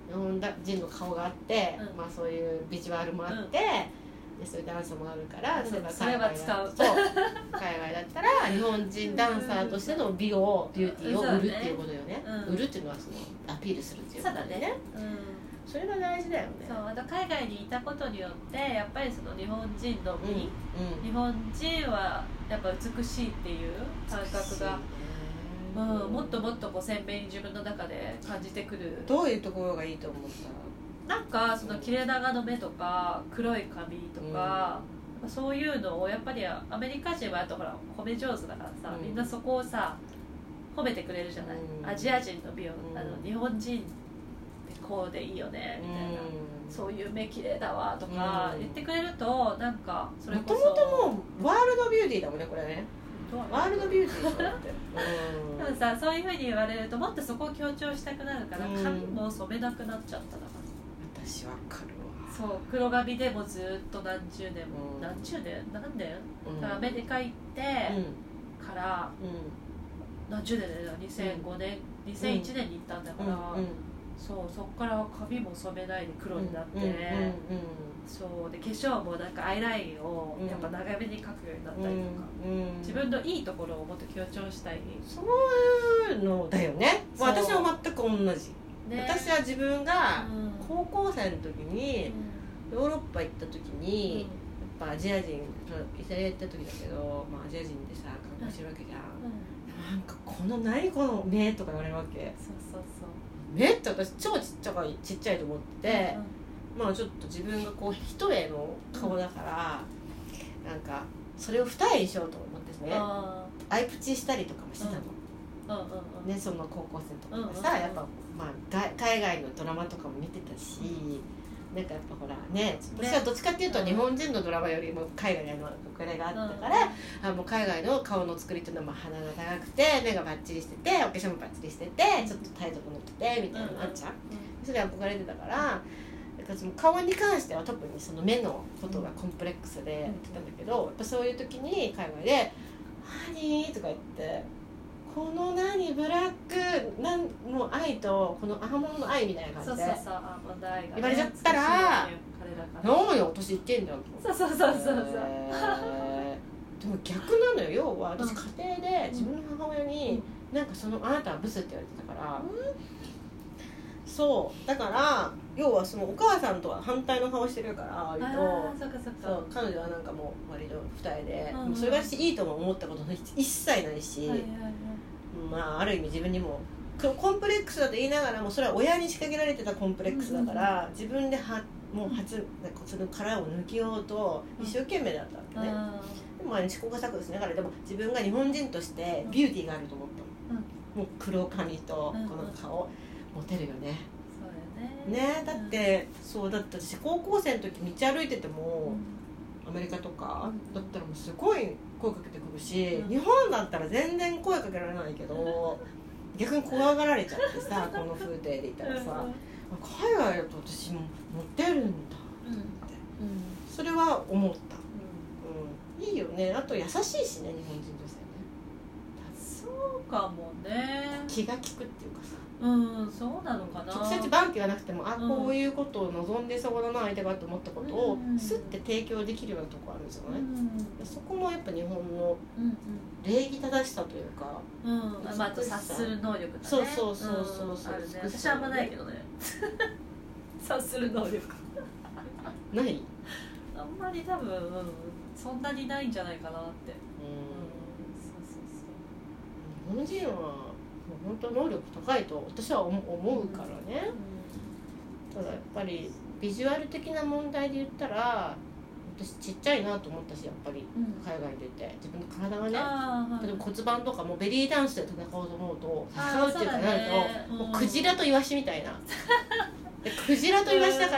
S1: 日本人の顔があって、まあ、そういうビジュアルもあって、でそういうダンスもあるから、それは海外だったら日本人ダンサーとしてのビューティーを売るっていうことよね。売るっていうのはそのアピールするっていうことだね。それが大事だよね。
S2: そう、あと海外にいたことによってやっぱりその日本人の美、日本人はやっぱ美しいっていう感覚が、もっともっとこう鮮明に自分の中で感じてくる。
S1: どういうところがいいと思った？
S2: なんかその切れ長の目とか黒い髪とか、そういうのをやっぱりアメリカ人はあとほら褒め上手だからさ、みんなそこをさ褒めてくれるじゃない。アジア人の美を、日本人ってこうでいいよねみたいな、そういう目綺麗だわとか言ってくれると、なんかそれこそ
S1: もともともうワールドビューティーだもんね、これね。ワールドビューティーでしょって
S2: でもさ、そういうふうに言われるともっとそこを強調したくなるから、髪も染めなくなっちゃっただから。
S1: 私わかるわ。
S2: そう、黒髪でもずっと何十年も、何十年何年、アメリカ行ってから、何十年だよ、2005年、2001年に行ったんだから、そう、そこから髪も染めないで黒になって、そうで化粧もなんかアイラインをやっぱ長めに描くようになったりとか、自分のいいところをもっと強調したい、
S1: そういうのだよね。私は全く同じ。私は自分が高校生の時にヨーロッパ行った時に、やっぱアジア人、イタリア行った時だけど、まあ、アジア人でさ観光してるわけじゃん、なんか何この目とか言われるわけ。
S2: そう
S1: 目って私超ちっちゃいと思ってて、まあちょっと自分がこう一重の顔だから、なんかそれを二重にしようと思ってですね、アイプチしたりとかもしてたの、ね、その高校生とかでさ、やっぱ、まあ、海外のドラマとかも見てたし、なんかやっぱほらね、私はどっちかっていうと日本人のドラマよりも海外のお金があったから、もう海外の顔の作りっていうのは、まあ鼻が長くて目がバッチリしててお化粧もバッチリしててちょっと体力乗っててみたいなのあっちゃう、それ憧れてたから、顔に関しては特にその目のことがコンプレックスでやってたんだけど、やっぱそういう時に海外で「何?」とか言って「この何ブラックもう愛とこのアーモンドの愛」みたいな感じで言われちゃったら「何よ年いってんじゃん」と。
S2: そう
S1: でも逆なのよ。要は私家庭で自分の母親になんかあなたはブスって言われてたから、そうだから要はそのお母さんとは反対の顔してるから割と、そう彼女はなんかもう割と二重で、それが私いいとも思ったこと一切ないし、まあある意味自分にもコンプレックスだと言いながらもそれは親に仕掛けられてたコンプレックスだから、自分でもうその殻を抜きようと一生懸命だったんだね。でも試行錯誤しながら、でも自分が日本人としてビューティーがあると思ったの、もう黒髪とこの顔モテるよね。
S2: そうだよ
S1: ね。だってそうだったし、高校生の時道歩いてても、アメリカとかだったらもうすごい声かけてくるし、日本だったら全然声かけられないけど逆に怖がられちゃってさこの風景でいたらさ、海外だと私もモテるんだって、それは思った、いいよね。あと優しいしね、日本人女性ね。
S2: そうかもね。
S1: 気が利くっていうかさ、
S2: そうなのかな。
S1: 直接バンって言わなくても、こういうことを望んでそうだな相手がと思ったことをスッて提供できるようなとこあるじゃない、そこもやっぱ日本の礼儀正しさというか、
S2: あと察する能力だね。
S1: そう、
S2: あるね。私はあんまないけどね察する能力
S1: ない
S2: あんまり多分、そんなにないんじゃないかなって。
S1: 日本人は本当能力高いと私は思うからね、ただやっぱりビジュアル的な問題で言ったら私ちっちゃいなと思ったし、やっぱり海外に出て自分の体がね、例えば骨盤とかもベリーダンスで戦おうと思うと戦うっていうかなると、もうクジラとイワシみたいなでクジラとイワシだから、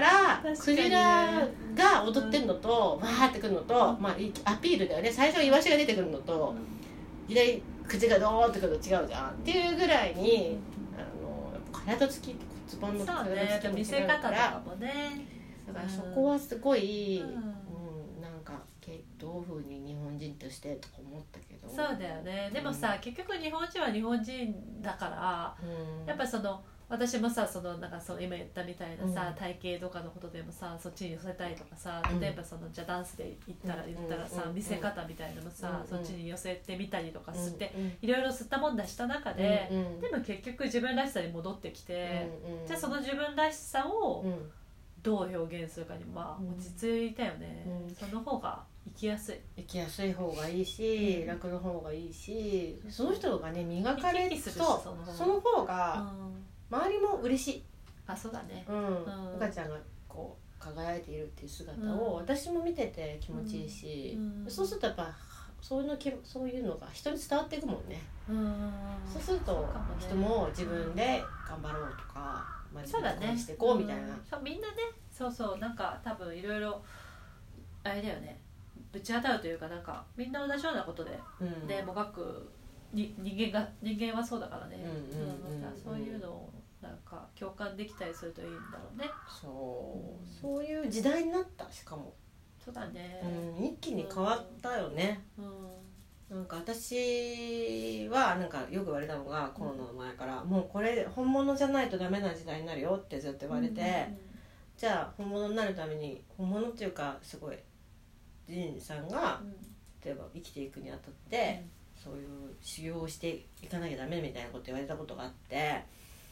S1: クジラが踊ってんのとわーってくるのと、まあアピールだよね。最初はイワシが出てくるのといきなり口がドーンってくると違うじゃんっていうぐらいに、やっぱ体つき骨盤の体つきも違うから、だからそこはすごい、なんかどういうふうに日本人としてとか思ったけど。
S2: そうだよね。でもさ、結局日本人は日本人だから、やっぱその私もさなんか今言ったみたいなさ、体型とかのことでもさそっちに寄せたいとかさ、例えばじゃあダンスで言ったらさ、見せ方みたいなのもさ、そっちに寄せてみたりとかして、いろいろ吸ったもんだした中で、でも結局自分らしさに戻ってきて、じゃあその自分らしさをどう表現するかに落ち着いたよね、その方が生きやすい
S1: 方がいいし、楽の方がいいし、その人がね磨かれるとその方が周りも嬉しい。
S2: あ、そうだね。
S1: お母ちゃんがこう輝いているっていう姿を私も見てて気持ちいいし、そうするとやっぱそういうのが人に伝わっていくもんね。そうすると人も自分で頑張ろうとか、自分でしていこうみたいな。
S2: みんなね、そうなんか多分いろいろあれだよね。ぶち当たるというか、なんかみんな同じようなことで、でもがく人間はそうだからね。そういうのをなんか共感できたりするといいんだろうね。
S1: そういう時代になった。しかも
S2: そうだね、
S1: 一気に変わったよね。なんか私はなんかよく言われたのが、コロナの前からもうこれ本物じゃないとダメな時代になるよってずっと言われて、じゃあ本物になるために、本物っていうかすごいジンさんが例えば生きていくにあたって、そういう修行をしていかなきゃダメみたいなこと言われたことがあって、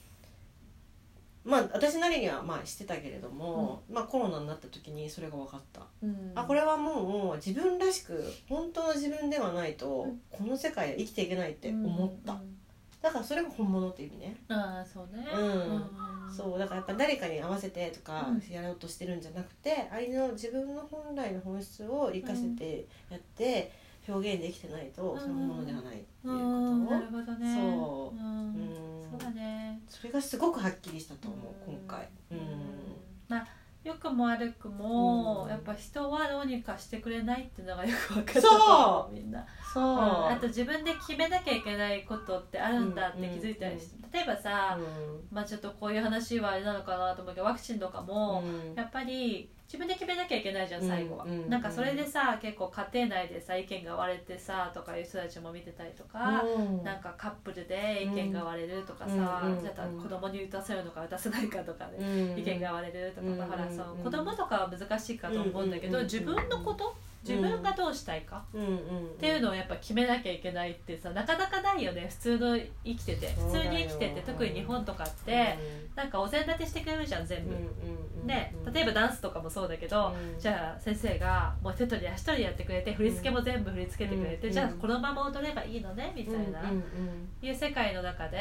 S1: 私なりにはしてたけれども、コロナになった時にそれが分かった、これはもう自分らしく本当の自分ではないと、この世界で生きていけないって思った、だからそれが本物って意味ね。
S2: そうね。
S1: そうだからやっぱ誰かに合わせてとかやろうとしてるんじゃなくて、自分の本来の本質を生かしてやって表現できてないとそのものではないっていうことを、
S2: なるほどね。
S1: そう
S2: だね。
S1: それがすごくはっきりしたと思う、今回。
S2: 良くも悪くも、やっぱ人はどうにかしてくれないっていうのがよく分かる。
S1: そう
S2: みんな。あと自分で決めなきゃいけないことってあるんだって気づいたりして、例えばさ、ちょっとこういう話はあれなのかなと思うけど、ワクチンとかも、やっぱり自分で決めなきゃいけないじゃん、最後は。なんかそれでさ、結構家庭内でさ意見が割れてさとかいう人たちも見てたりとか、なんかカップルで意見が割れるとかさ、じゃあ子供に打たせるのか打たせないかとかね、意見が割れるとか、だから子供とかは難しいかと思うんだけど、自分のこと自分がどうしたいかっていうのをやっぱ決めなきゃいけないってさ、なかなかないよね。普通の生きてて、普通に生きてて、特に日本とかってなんかお膳立てしてくれるじゃん、全部ね。例えばダンスとかもそうだけど、じゃあ先生がもう手取り足取りやってくれて、振り付けも全部振り付けてくれて、じゃあこのまま踊ればいいのねみたいないう世界の中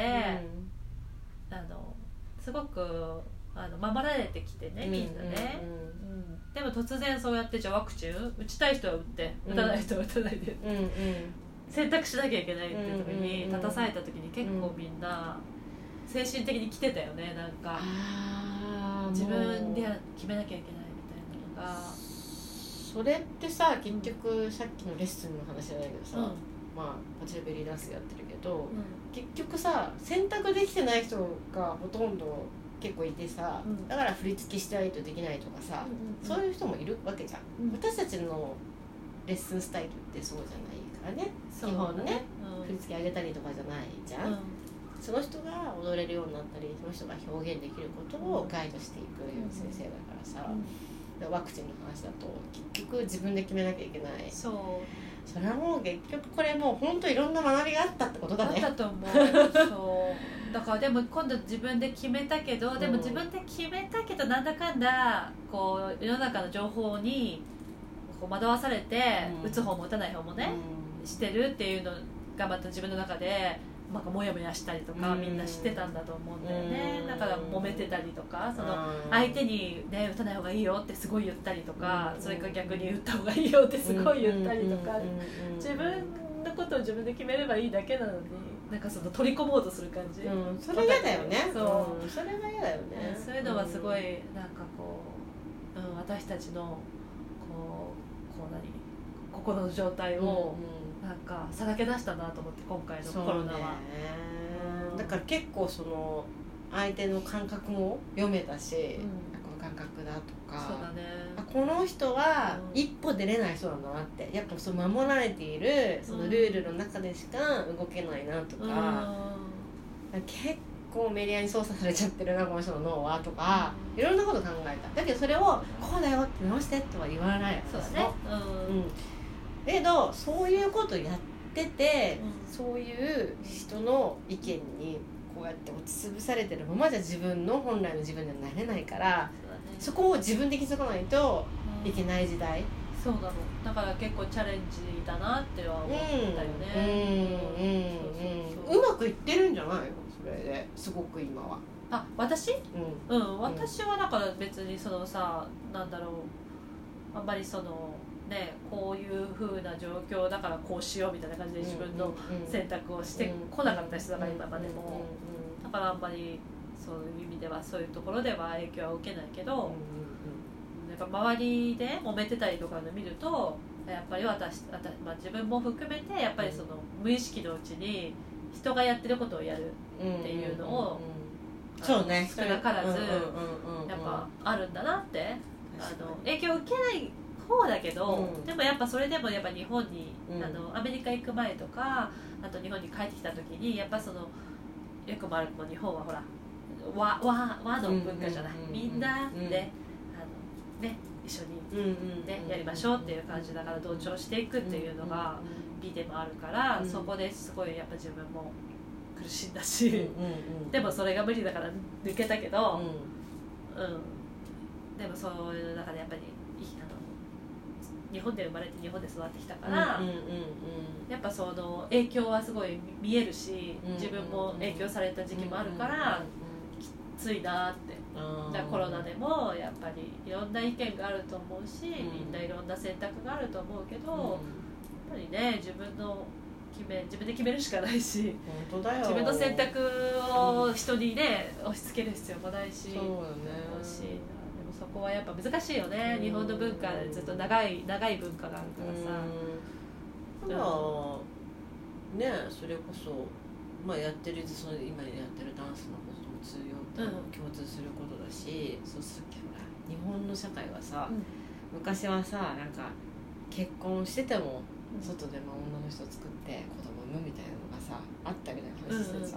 S2: ですごく守られてきてね、みんなね。でも突然そうやって、じゃあワクチン打ちたい人は打って、打たない人は打たないで、選択しなきゃいけないっていう時に立たされた時に、結構みんな精神的に来てたよね。なんか自分で決めなきゃいけないみたいなのが。
S1: それってさ、結局さっきのレッスンの話じゃないけどさ、パチラベリーダンスやってるけど、結局さ、選択できてない人がほとんど結構いてさ、だから振り付けしたいとできないとかさ、そういう人もいるわけじゃん。私たちのレッスンスタイルってそうじゃないからね、基本ね、振り付け上げたりとかじゃないじゃん。その人が踊れるようになったり、その人が表現できることをガイドしていく先生だからさ、ワクチンの話だと結局自分で決めなきゃいけない。それはもう結局これもう本当いろんな学びがあったってことだね。
S2: あったと思う。そうだからでも今度自分で決めたけど、でも自分で決めたけどなんだかんだこう世の中の情報にこう惑わされて、打つ方も打たない方もね、してるっていうのがまた自分の中でなんかモヤモヤしたりとか、みんな知ってたんだと思うんだよね。だから揉めてたりとか、その相手にね打たない方がいいよってすごい言ったりとか、それから逆に打った方がいいよってすごい言ったりとか、自分のことを自分で決めればいいだけなのに、なんかその取り込もうとする感じ、
S1: それ嫌だよね。それが嫌だよね。
S2: そういうのはすごいなんかこう、私たちのこう心の状態を、なんかさらけ出したなと思って、今回のコロナは。
S1: だから結構その相手の感覚も読めたし、この感覚だとか、
S2: そうだね、
S1: この人は一歩出れない人なんだなって、やっぱそう守られているそのルールの中でしか動けないなとか、結構メディアに操作されちゃってるなこの人の脳はとか、いろんなこと考えた。だけどそれをこうだよって直してとは言わない。
S2: そうだね、
S1: だけどそういうことやってて、そういう人の意見にこうやって押しつぶされてるままじゃ自分の本来の自分にはなれないから、そこを自分で気づかないといけない時代。
S2: そうだろう。だから結構チャレンジだなっては思ったよね。
S1: うまくいってるんじゃないのそれですごく今は。
S2: あ、私？私はだから別にそのさ、なんだろう、あんまりそのね、こういう風な状況だからこうしようみたいな感じで自分の選択をしてこなかった人だから今までも。だからあんまりそういう意味ではそういうところでは影響は受けないけど。周りで揉めてたりとかで見るとやっぱり自分も含めてやっぱりその無意識のうちに人がやってることをやるっていうのを
S1: そうね、
S2: 少なからずやっぱあるんだなって影響を受けない方だけど、でもやっぱそれでもやっぱ日本にアメリカ行く前とかあと日本に帰ってきた時にやっぱそのよくもある日本はほら和の文化じゃない、みんなでね、一緒に、ねやりましょうっていう感じだから同調していくっていうのが美でもあるから、そこですごいやっぱ自分も苦しんだし、でもそれが無理だから抜けたけど、でもそういう中でやっぱり日本で生まれて日本で育ってきたから、やっぱその影響はすごい見えるし、自分も影響された時期もあるからきついなって。だコロナでもやっぱりいろんな意見があると思うし、みんないろんな選択があると思うけど、やっぱりね自分で決めるしかないし、
S1: 本当だよ、
S2: 自分の選択を人にね押し付ける必要もないし、
S1: そうよね、
S2: でもそこはやっぱ難しいよね、日本の文化でずっと長い文化があるからさ。
S1: ただね、それこそやってるその今やってるダンスのことも共通することだし、そうするとほら日本の社会はさ、昔はさなんか結婚してても外で女の人作って子供産むみたいなのがさあったみたいな話してさ、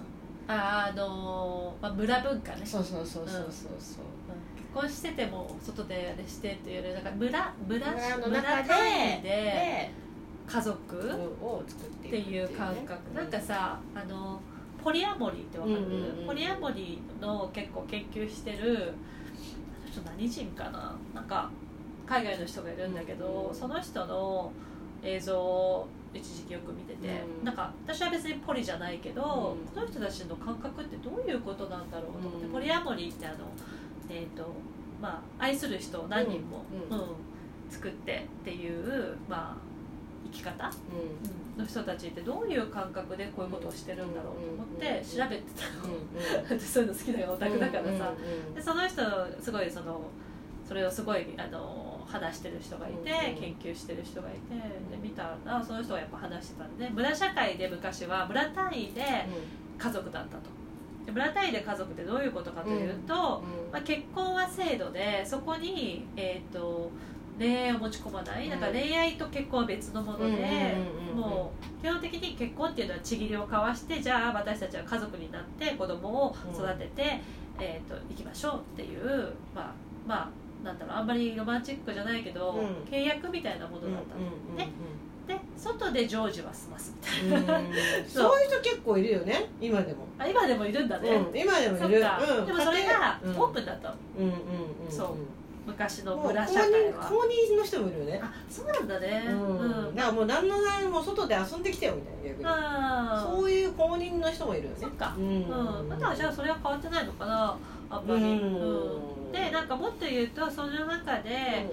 S2: 村文化ね。
S1: そう、結
S2: 婚してても外であれしてっていうよりなんか村
S1: の中で
S2: 家族を作っていう感覚、なんかさポリアモリーってわかる？ポリアモリーの結構研究してる人何人かな、なんか海外の人がいるんだけど、その人の映像を一時期よく見てて、なんか私は別にポリじゃないけど、この人たちの感覚ってどういうことなんだろうと思って、ポリアモリーって愛する人を何人も、作ってっていう生き方、の人たちってどういう感覚でこういうことをしてるんだろうと思って調べてたの。そういうの好きだよ、オタクだからさ。でその人すごいそれをすごい話してる人がいて、研究してる人がいて、で見たらその人がやっぱ話してたんで、村社会で昔は村単位で家族だったと。で村単位で家族ってどういうことかというと、結婚は制度でそこに恋愛を持ち込まない、だから恋愛と結婚は別のもので、もう基本的に結婚っていうのは契りを交わして、じゃあ私たちは家族になって子供を育てて、いきましょうっていう、なんだろう、あんまりロマンチックじゃないけど、契約みたいなものだったのね。で外で成就は済ますみたいな
S1: そういう人結構いるよね、今でも。
S2: 今でもいるんだね、
S1: 今でもいる。
S2: でもそれがオープンだったの。そう昔の村社会は
S1: 公認の人もいるよね。
S2: あ、そうなんだね。
S1: だからもう旦那さんも外で遊んできてよみたいな、逆にそういう公認の人もいるよね。
S2: そっか。だからじゃあそれは変わってないのかな、あんまり。でなんかもっと言うと、その中で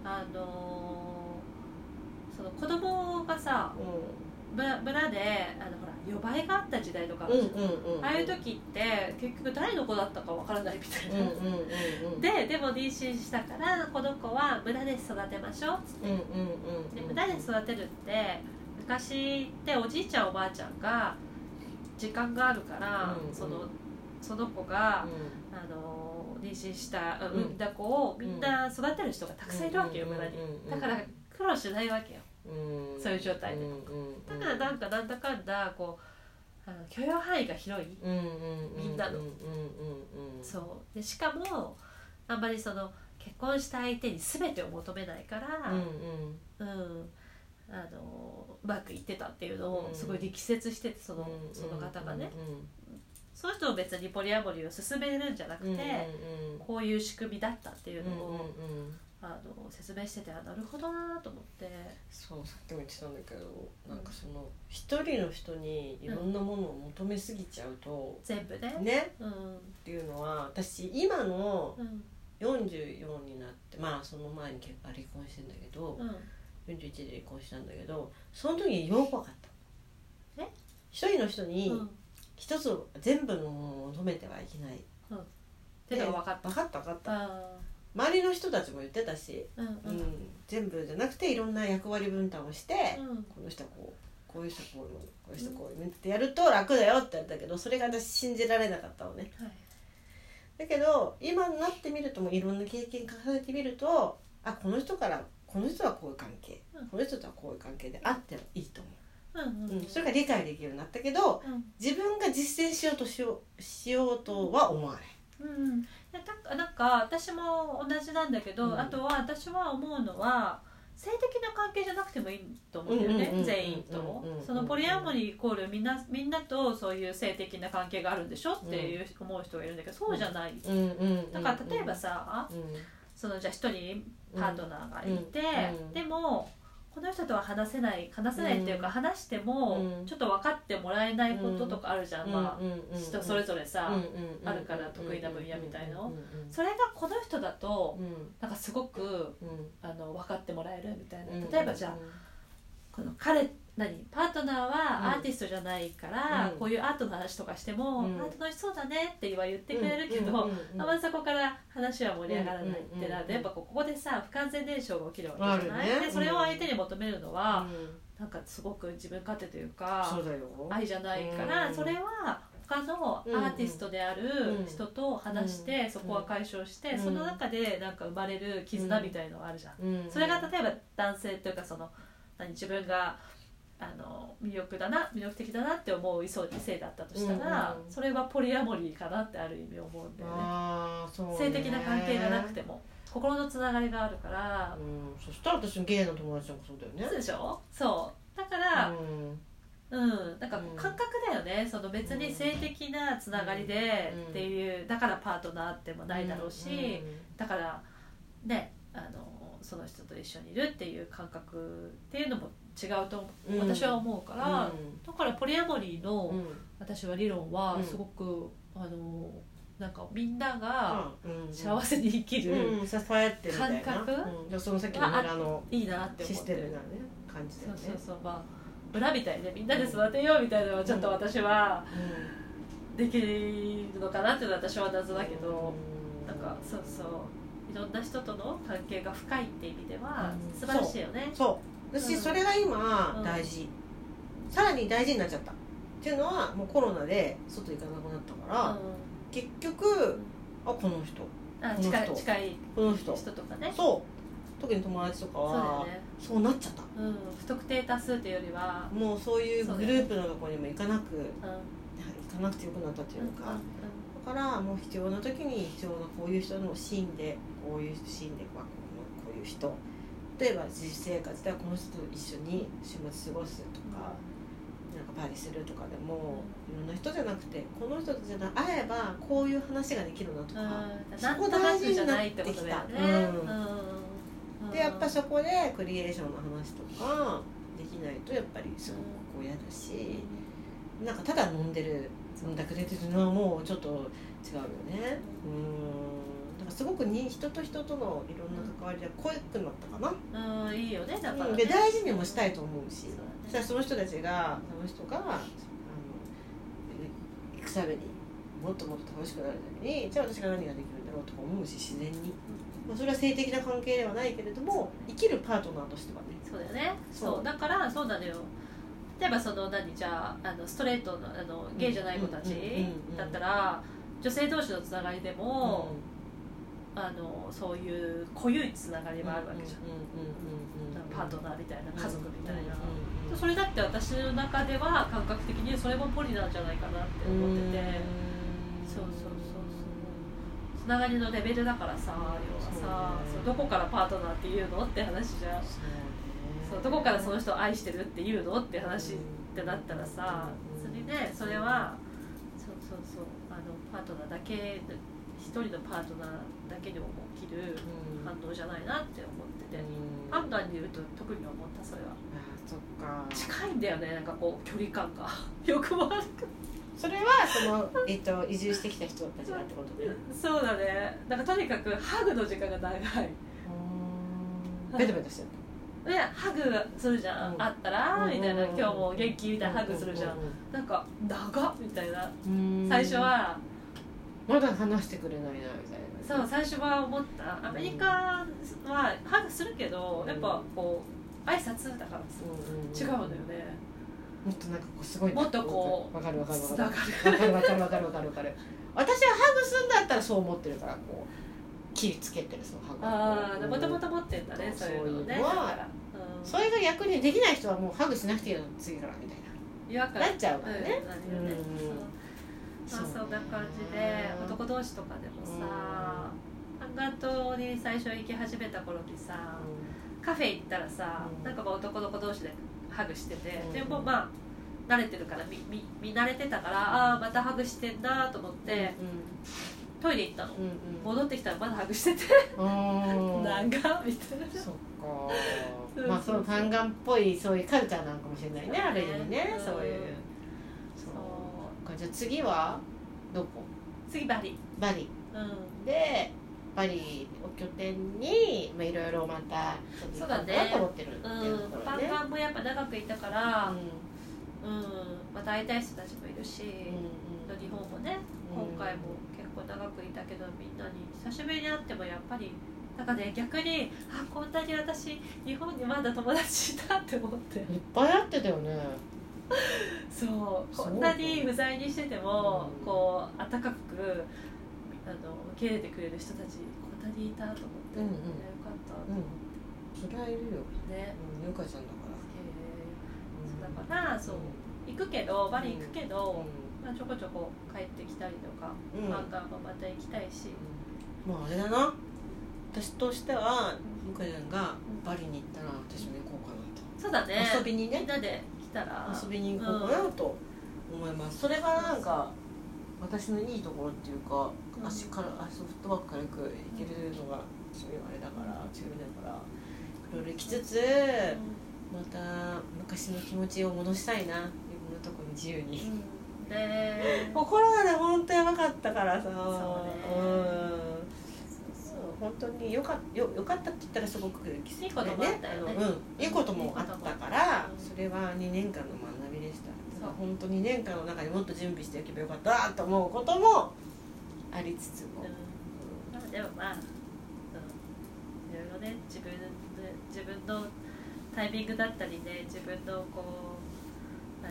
S2: その子供がさ、村でほら予売があった時代とか、ああいう時って結局誰の子だったかわからないみたいな。でも妊娠したからこの子は村で育てましょうっつって、で村で育てるって昔っておじいちゃんおばあちゃんが時間があるから、その子が、妊娠した産んだ子をみんな育てる人がたくさんいるわけよ、村に。だから苦労しないわけよ、そういう状態で。だからなんだかんだこう許容範囲が広い、みんなの。そうでしかもあんまりその結婚した相手に全てを求めないから、うまくいってたっていうのをすごい力説してて、その方がね、その人を別にポリアモリーを進めるんじゃなくて、こういう仕組みだったっていうのを、説明してて、なるほどなと思って。
S1: そうさっきも言ってたんだけど、なんかその一人の人にいろんなものを求めすぎちゃうと、
S2: 全部
S1: ね、っていうのは、私今の44になって、まあその前に離婚してんだけど、41で離婚したんだけど、その時によく分かった。一人の人に一つ全部のものを求めてはいけない、
S2: っていうのが分かった。
S1: 周りの人たちも言ってたし、全部じゃなくていろんな役割分担をして、この人はこういう人はこういうの、こういう人はこういうのってやると楽だよって言ったけど、それが私信じられなかったのね、だけど今になってみると、もいろんな経験重ねてみると、この人からこの人はこういう関係、この人とはこういう関係であってもいいと思う、それが理解できるようになったけど、自分が実践しようとは思わない。
S2: なんか私も同じなんだけど、あとは私は思うのは、性的な関係じゃなくてもいいと思うんだよね、全員と。そのポリアモリーイコールみんなとそういう性的な関係があるんでしょっていう思う人がいるんだけど、そうじゃない。だから例えばさ、そのじゃあ一人パートナーがいて、でもこの人とは話せないっていうか、話してもちょっと分かってもらえないこととかあるじゃん、人それぞれさ、あるから得意な分野みたいの、それがこの人だとなんかすごく分かってもらえるみたいな。例えばじゃあこのパートナーはアーティストじゃないから、こういうアートの話とかしても、楽しそうだねって言ってくれるけど、あんまりそこから話は盛り上がらないってなると、やっぱここでさ不完全燃焼が起きるわけじゃない、でそれを相手に求めるのは、なんかすごく自分勝手というか、愛じゃないから、それは他のアーティストである人と話して、そこは解消して、その中でなんか生まれる絆みたいのがあるじゃん、それが例えば男性というか、その自分が魅力的だなって思う異性だったとしたら、それはポリアモリーかなってある意味思うんだよね。性的な関係がなくても心のつながりがあるから、
S1: そしたら私のゲイの友達もそうだよね。
S2: そうでしょ。そうだから、なんか感覚だよね。その別に性的なつながりでっていう、だからパートナーってもないだろうし、だからね、その人と一緒にいるっていう感覚っていうのも違うと私は思うから、だからポリアモリーの私は理論はすごくなんかみんなが幸せに生きる感覚、
S1: そのさっきの村の
S2: いいなって思ってる
S1: システムなね感じだよね。
S2: そうまあ村みたいでみんなで育てようみたいなのはちょっと私はできるのかなっていうのは私は謎だけど、なんかいろんな人との関係が深いっていう意味では素晴らしいよね。
S1: そう私それが今大事、さらに大事になっちゃったっていうのは、もうコロナで外行かなくなったから、結局この人
S2: 近い人とかね、
S1: 特に友達とかはそうなっちゃった、
S2: 不特定多数っていうよりは
S1: もうそういうグループのとこにも行かなくてよくなったっていうか、だからもう必要な時に必要なこういう人のシーンでこういう人、例えば実生活ではこの人と一緒に週末過ごすとか、なんかパーティーするとかでも、いろんな人じゃなくてこの人とじゃ会えばこういう話ができるなとか、そこ大事になってきた。でやっぱそこでクリエーションの話とかできないとやっぱりすごく嫌だし、なんかただ飲んだくれてるのはもうちょっと違うよね。だからすごく人と人とのいろんな関わりが濃くなったか
S2: な。いいよね。だからね、
S1: で大事にもしたいと思うし、その人が行くためにもっともっと楽しくなるために、じゃあ私が何ができるんだろうとか思うし、自然に、それは性的な関係ではないけれども生きるパートナーとしてはね。
S2: そうだよね。そうだからそうなのよ。例えばじゃあストレートのゲイじゃない子たちだったら、女性同士のつながりでも、 そういう濃ゆいつながりもあるわけじゃん、パートナーみたいな家族みたいな、それだって私の中では感覚的にそれもポリなんじゃないかなって思ってて、そうつながりのレベルだからさ、要はさ、どこからパートナーって言うのって話じゃん、そうどこからその人を愛してるって言うのって話ってなったらさ、それはパートナーだけ、一人のパートナーだけでも起きる反応じゃないなって思ってて、判断で言うと特に思った。それは
S1: そっか、
S2: 近いんだよね、なんかこう距離感がよくも悪く。
S1: それは移住してきた人たちがってことで、
S2: そうだね、なんかとにかくハグの時間が長い。
S1: ベトベトしてる
S2: でハグするじゃん、会ったらみたいな、今日も元気みたいなハグするじゃん、なんか長っみたいな。最初は
S1: まだ話してくれないなみたいな。
S2: そう最初は思った。アメリカはハグするけど、やっぱこう挨拶だから違うのよね。
S1: もっとなんかこうすごい
S2: もっとこう
S1: わかる
S2: つ
S1: ながる私はハグするんだったらそう思ってるから、こう気つけてる、そのハグ。
S2: もともと持ってんだね、そういうのね。
S1: それが逆にできない人はもうハグしなくていいの次からみたいななっちゃうからね。
S2: そんな感じで、男同士とかでもさ、半島に最初行き始めた頃にさ、カフェ行ったらさ、なんか男の子同士でハグしてて、でもまあ慣れてるから、見慣れてたから、ああまたハグしてんなと思って、トイレ行ったの、戻ってきたらまだハグしてて長っみたいな。
S1: そっか、まあその単眼っぽいそういうカルチャーなのかもしれないね、ある意味ね、そういう。じゃあ次はどこ？
S2: 次バリ。
S1: でバリを拠点にいろいろまた
S2: そうだね
S1: と思ってるっていうところね。
S2: パンガンもやっぱ長くいたから、また会いたい人たちもいるし、日本もね、今回も結構長くいたけど、みんなに久しぶりに会ってもやっぱりなんかね、逆にこんなに私日本にまだ友達いたって思って。
S1: いっぱい会ってたよね。
S2: そうこんなに不在にしてても、こう温かく受け入れてくれる人たちこんなにいたと思って、よかったと思って。
S1: それはいるよ
S2: ね、
S1: ゆかちゃんだから。
S2: だからそう行くけど、バリ行くけど、ちょこちょこ帰ってきたりとか、マンガンもまた行きたいし、
S1: もうあれだな、私としてはゆかちゃんがバリに行ったら私も行こうかなと。
S2: そうだね、
S1: 遊びにね、
S2: みんなで
S1: 遊びに行こうかなと思います。それがなんか私のいいところっていうか、足フットワーク軽く行けるのがそういうあれだから、強みだからいろいろ行きつつ、また昔の気持ちを戻したいな、自分のとこに自由に。もうコロナで本当やばかったからさ、本当によかったって言ったらすごくきついこともあったよね。いいこともあったから、それは2年間の学びでした。本当2年間の中にもっと準備しておけばよかったと思うこともありつつも、
S2: でもまあいろいろね、自分のタイミングだったりね、自分のこう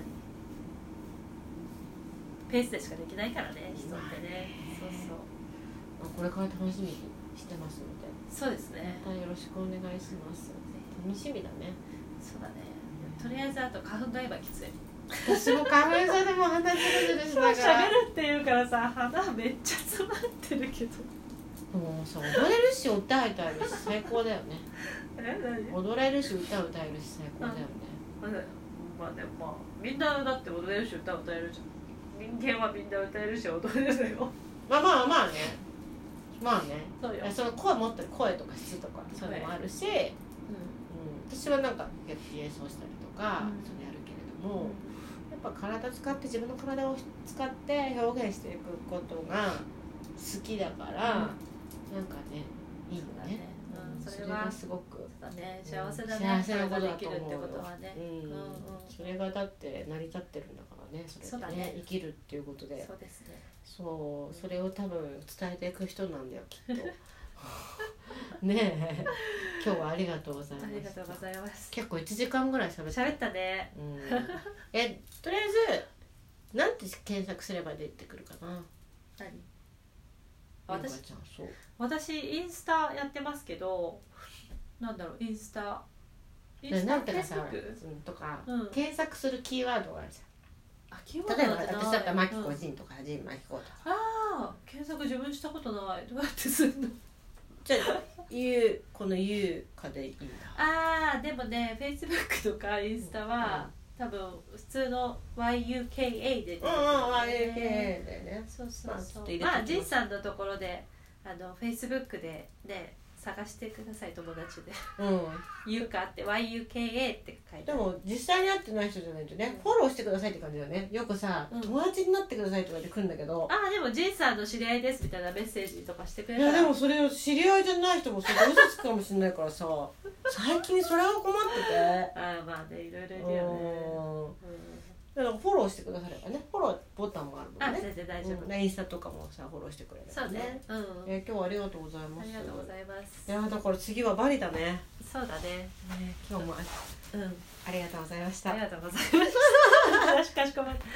S2: ペースでしかできないからね、人ってね。
S1: これから楽しみにしてますので、
S2: そうですね、
S1: またよろしくお願いします。楽しみだね。
S2: そうだね、とりあえずあと花粉が今きつい。
S1: 私も花粉症でも鼻ずるずるしながら
S2: 喋るっていうからさ、鼻めっちゃ詰まってるけど、
S1: もうさ、踊れるし歌えたるし最高だよね。踊れるし歌歌えるし最高だよね。
S2: まあでもみんなだって踊れるし歌歌えるじゃん。人間はみんな歌えるし踊れるのよ。まあね、その声持ってる声とか質とかそういうのもあるし、私はなんか楽器演奏したりとかそれやるけれども、やっぱ体使って自分の体を使って表現していくことが好きだから、なんかね、いいよね。それがすごく幸せだね。幸せなことだと思うよ。それがだって成り立ってるんだからね。それでね、生きるっていうことで。そうですね。それを多分伝えていく人なんだよ、きっと。ねえ、今日はありがとうございます。ありがとうございます。結構1時間ぐらい喋ったね。とりあえずなんて検索すれば出てくるかな。何？ 私インスタやってますけど、なんだろう、インスタ
S1: なんてかさとか、検索するキーワードがあるじゃん。キーワード例えば私だったらマキコジンとかジンマキコとか。
S2: 検索自分したことない。どうやってするの？
S1: じゃあこの U かでいいん
S2: だ。でもね、Facebook とかインスタは、多分普通の YUKA で出てくる、ね。
S1: YUKA でね。
S2: そう。ジンさんのところでFacebook でね。探してください、友達で。ゆかって YUKA って書いてある。
S1: でも実際に会ってない人じゃないとね、フォローしてくださいって感じだよね。よくさ、友達になってくださいとかで来るんだけど、
S2: でもジンさんの知り合いですみたいなメッセージとかしてくれたら。
S1: いやでもそれ知り合いじゃない人もそれ嘘つくかもしれないからさ、最近それは困ってて。
S2: まあね、いろいろいるよね。
S1: だからフォローしてくださればね、フォローボタンもあるもんね。
S2: 全然大丈夫。
S1: インスタとかもさフォローしてくれる。
S2: そうね。
S1: 今日はありがとうございます。
S2: ありがとうございます。
S1: いやだから次はバリだね。
S2: そうだね。
S1: 今日もありがとうございました。
S2: ありがとうございました。かしこまった。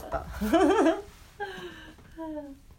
S1: では危なかった。